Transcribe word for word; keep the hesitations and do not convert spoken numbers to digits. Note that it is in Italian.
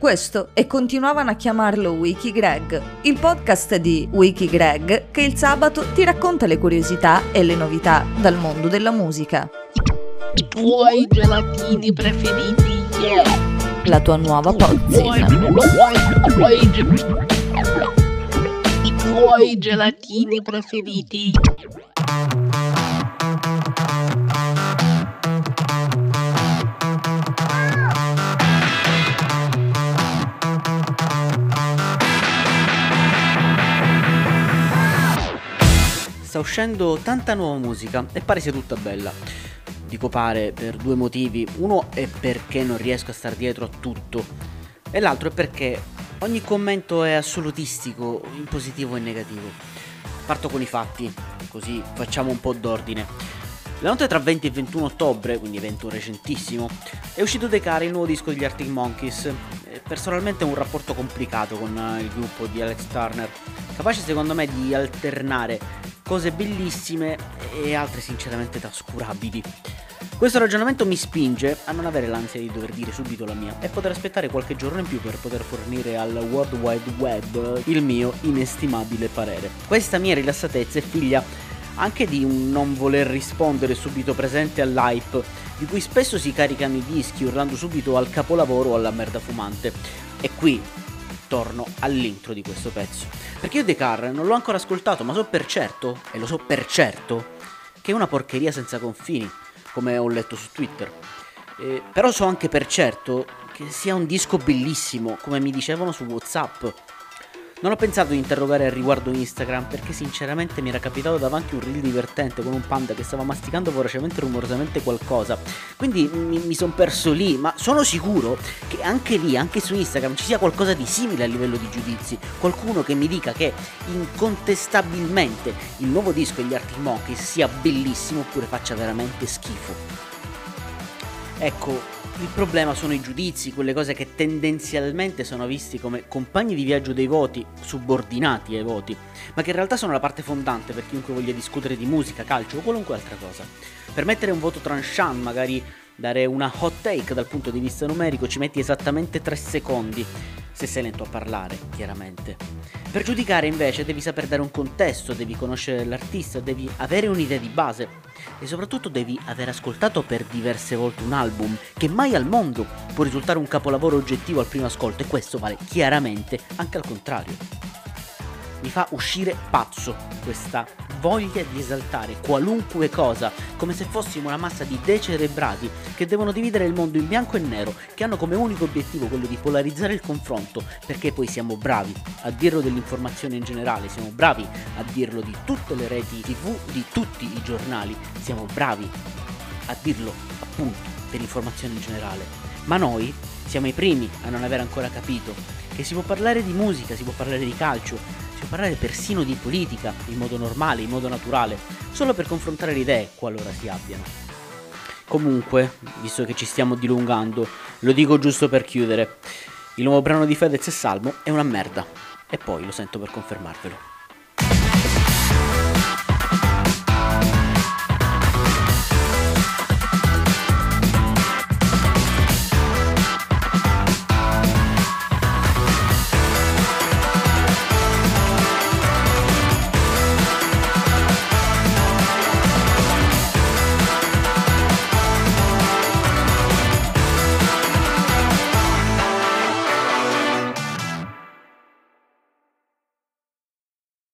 Questo, e continuavano a chiamarlo Wiki Greg, il podcast di Wiki Greg che il sabato ti racconta le curiosità e le novità dal mondo della musica. I tuoi gelatini preferiti, yeah. La tua nuova pozzina. I tuoi gelatini preferiti. Sta uscendo tanta nuova musica e pare sia tutta bella. Dico pare per due motivi. Uno è perché non riesco a star dietro a tutto, e l'altro è perché ogni commento è assolutistico, in positivo e negativo. Parto con i fatti, così facciamo un po' d'ordine. La notte tra venti e ventuno ottobre, quindi evento recentissimo, è uscito Decare, il nuovo disco degli Arctic Monkeys. Personalmente ho un rapporto complicato con il gruppo di Alex Turner, capace secondo me di alternare cose bellissime e altre sinceramente trascurabili. Questo ragionamento mi spinge a non avere l'ansia di dover dire subito la mia e poter aspettare qualche giorno in più per poter fornire al World Wide Web il mio inestimabile parere. Questa mia rilassatezza è figlia anche di un non voler rispondere subito presente all'hype di cui spesso si caricano i dischi urlando subito al capolavoro o alla merda fumante. E qui torno all'intro di questo pezzo, perché io Decare non l'ho ancora ascoltato, ma so per certo, e lo so per certo, che è una porcheria senza confini, come ho letto su Twitter. Eh, però so anche per certo che sia un disco bellissimo, come mi dicevano su WhatsApp. Non ho pensato di interrogare al riguardo Instagram, perché sinceramente mi era capitato davanti un reel divertente con un panda che stava masticando voracemente e rumorosamente qualcosa, quindi mi, mi son perso lì, ma sono sicuro che anche lì, anche su Instagram, ci sia qualcosa di simile a livello di giudizi, qualcuno che mi dica che incontestabilmente il nuovo disco degli Arctic Monkeys sia bellissimo oppure faccia veramente schifo. Ecco, il problema sono i giudizi, quelle cose che tendenzialmente sono visti come compagni di viaggio dei voti, subordinati ai voti, ma che in realtà sono la parte fondante per chiunque voglia discutere di musica, calcio o qualunque altra cosa. Per mettere un voto tranchant, magari dare una hot take dal punto di vista numerico, ci metti esattamente tre secondi, se sei lento a parlare, chiaramente. Per giudicare invece devi saper dare un contesto, devi conoscere l'artista, devi avere un'idea di base e soprattutto devi aver ascoltato per diverse volte un album che mai al mondo può risultare un capolavoro oggettivo al primo ascolto, e questo vale chiaramente anche al contrario. Mi fa uscire pazzo questa voglia di esaltare qualunque cosa come se fossimo una massa di decerebrati che devono dividere il mondo in bianco e nero, che hanno come unico obiettivo quello di polarizzare il confronto, perché poi siamo bravi a dirlo dell'informazione in generale, siamo bravi a dirlo di tutte le reti tivù, di tutti i giornali, siamo bravi a dirlo appunto per informazione in generale, ma noi siamo i primi a non aver ancora capito che si può parlare di musica, si può parlare di calcio, si può parlare persino di politica in modo normale, in modo naturale, solo per confrontare le idee qualora si abbiano. Comunque, visto che ci stiamo dilungando, lo dico giusto per chiudere: il nuovo brano di Fedez e Salmo è una merda, e poi lo sento per confermarvelo.